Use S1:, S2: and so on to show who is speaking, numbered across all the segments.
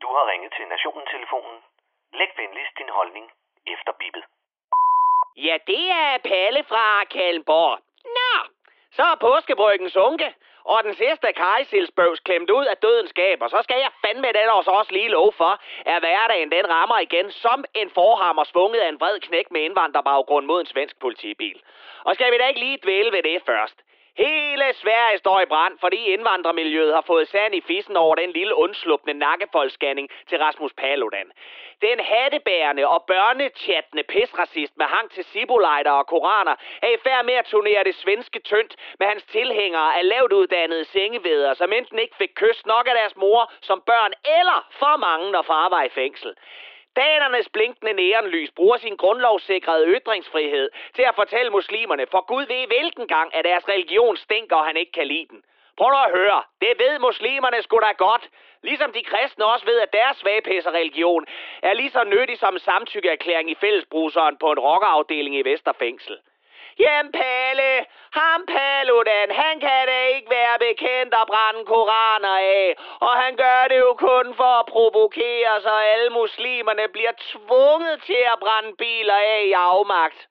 S1: har ringet til Nationen-telefonen. Læg venligst din holdning efter bippet.
S2: Ja, det er Palle fra Kalmborg. Nå, så er påskebryggen sunket, og den sidste kajsilsbøvs klemt ud af dødens skab, og så skal jeg fandme den også lige love for, at hverdagen den rammer igen som en forhammer svunget af en vred knæk med indvandrerbaggrund mod en svensk politibil. Og skal vi da ikke lige dvæle ved det først? Hele Sverige står i brand, fordi indvandrermiljøet har fået sand i fissen over den lille undslupne nakkefoldsscanning til Rasmus Paludan. Den hattebærende og børnechattende pisracist med hang til sibolejder og koraner er i færd med at turnere det svenske tyndt med hans tilhængere af lavt uddannede sengevædder, som enten ikke fik kys nok af deres mor som børn, eller for mange, når far var i fængsel. Danernes blinkende neonlys bruger sin grundlovssikrede ytringsfrihed til at fortælle muslimerne, for Gud ved hvilken gang, at deres religion stinker, og han ikke kan lide den. Prøv nu at høre, det ved muslimerne sgu da godt. Ligesom de kristne også ved, at deres svagpisserreligion er lige så nyttig som samtykkeerklæring i fællesbruseren på en rockerafdeling i Vesterfængsel. Jamen Palle, ham Paludan, han kan da ikke være bekendt at brænde koraner af. Og han gør det jo kun for at provokere, så alle muslimerne bliver tvunget til at brænde biler af i afmagt.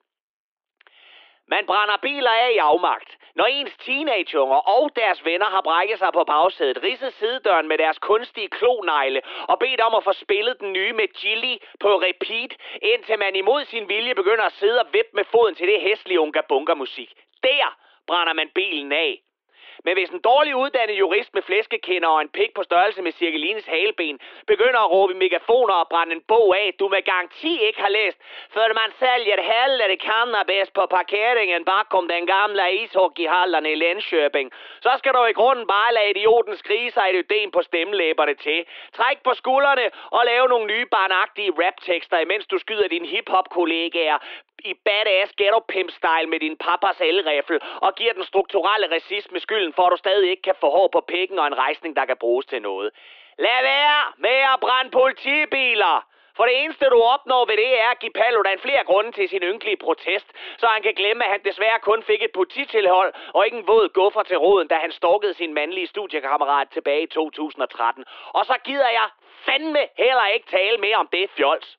S2: Man brænder biler af i afmagt, når ens teenageunger og deres venner har brækket sig på bagsædet, ridset sidedøren med deres kunstige klonegle og bedt om at få spillet den nye med Gilly på repeat, indtil man imod sin vilje begynder at sidde og vippe med foden til det hæslige unga-bunga-musik. Der brænder man bilen af. Men hvis en dårlig uddannet jurist med flæskekinder og en pik på størrelse med Cirkelines haleben begynder at råbe i megafoner og brænde en bog af, du med garanti ikke har læst, for man sælger hellre cannabis på parkeringen bakom den gamle ishockeyhallen i Linköping, så skal du i grunden bare lade idioten skrige sig et ødem på stemmelæberne til. Træk på skuldrene og lave nogle nye barnagtige raptekster, imens du skyder dine hip-hop-kollegaer i badass ghetto-pimp-style med din papas elriffel og giver den strukturelle racisme skylden for, at du stadig ikke kan få hår på pikken og en rejsning, der kan bruges til noget. Lad være med at brænde politibiler! For det eneste, du opnår ved det, er at give Paludan flere grunde til sin ynkelige protest, så han kan glemme, at han desværre kun fik et polititilhold og ikke en våd guffer til roden, da han stalkede sin mandlige studiekammerat tilbage i 2013. Og så gider jeg fandme heller ikke tale mere om det fjols.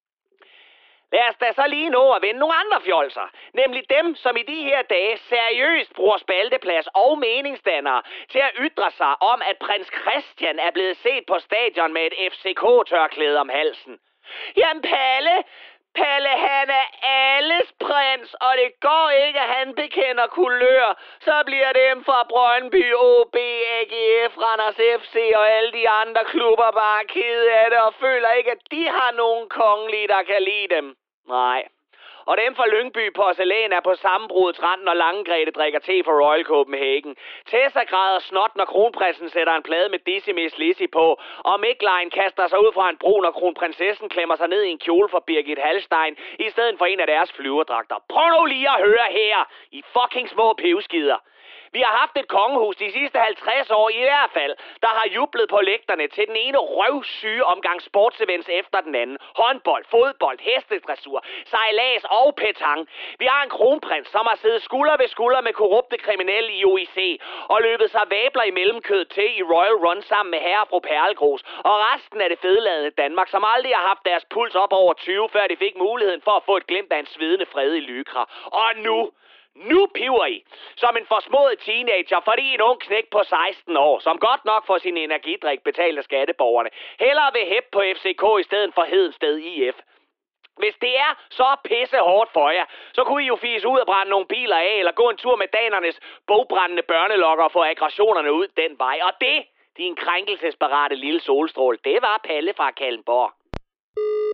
S2: Lad os da så lige nå at vende nogle andre fjolser. Nemlig dem, som i de her dage seriøst bruger spalteplads og meningsdannere til at ytre sig om, at prins Christian er blevet set på stadion med et FCK-tørklæde om halsen. Jamen Palle, han er alles prins, og det går ikke, at han bekender kulør. Så bliver dem fra Brøndby, OB, AGF, Randers FC og alle de andre klubber bare kede af det og føler ikke, at de har nogen kongelige, der kan lide dem. Nej. Og dem fra Lyngby Porcelæn er på sammenbrudets rand, når Langegrete drikker te for Royal Copenhagen. Tessa græder snot, når kronprinsen sætter en plade med Dizzy Miss Lizzy på. Og Miklein kaster sig ud fra en bro, når kronprinsessen klemmer sig ned i en kjole for Birgit Hallstein, i stedet for en af deres flyverdragter. Prøv nu lige at høre her, I fucking små pivskider. Vi har haft et kongehus de sidste 50 år i hvert fald, der har jublet på lægterne til den ene røvsyge omgang sportsevents efter den anden. Håndbold, fodbold, hestedressur, sejlads og petang. Vi har en kronprins, som har siddet skulder ved skulder med korrupte kriminelle i OIC og løbet sig vabler i mellemkød til i Royal Run sammen med herre og fru Perlegros. Og resten af det fedeladende Danmark, som aldrig har haft deres puls op over 20, før de fik muligheden for at få et glimt af en svedende fred i Lycra. Og nu piver I, som en forsmået teenager, fordi en ung knæk på 16 år, som godt nok får sin energidrik betalt af skatteborgerne, hellere vil hæppe på FCK i stedet for Hedensted IF. Hvis det er så pisse hårdt for jer, så kunne I jo fise ud og brænde nogle biler af, eller gå en tur med danernes bogbrændende børnelokker og få aggressionerne ud den vej. Og det, din krænkelsesparate lille solstråle, det var Palle fra Kalmborg.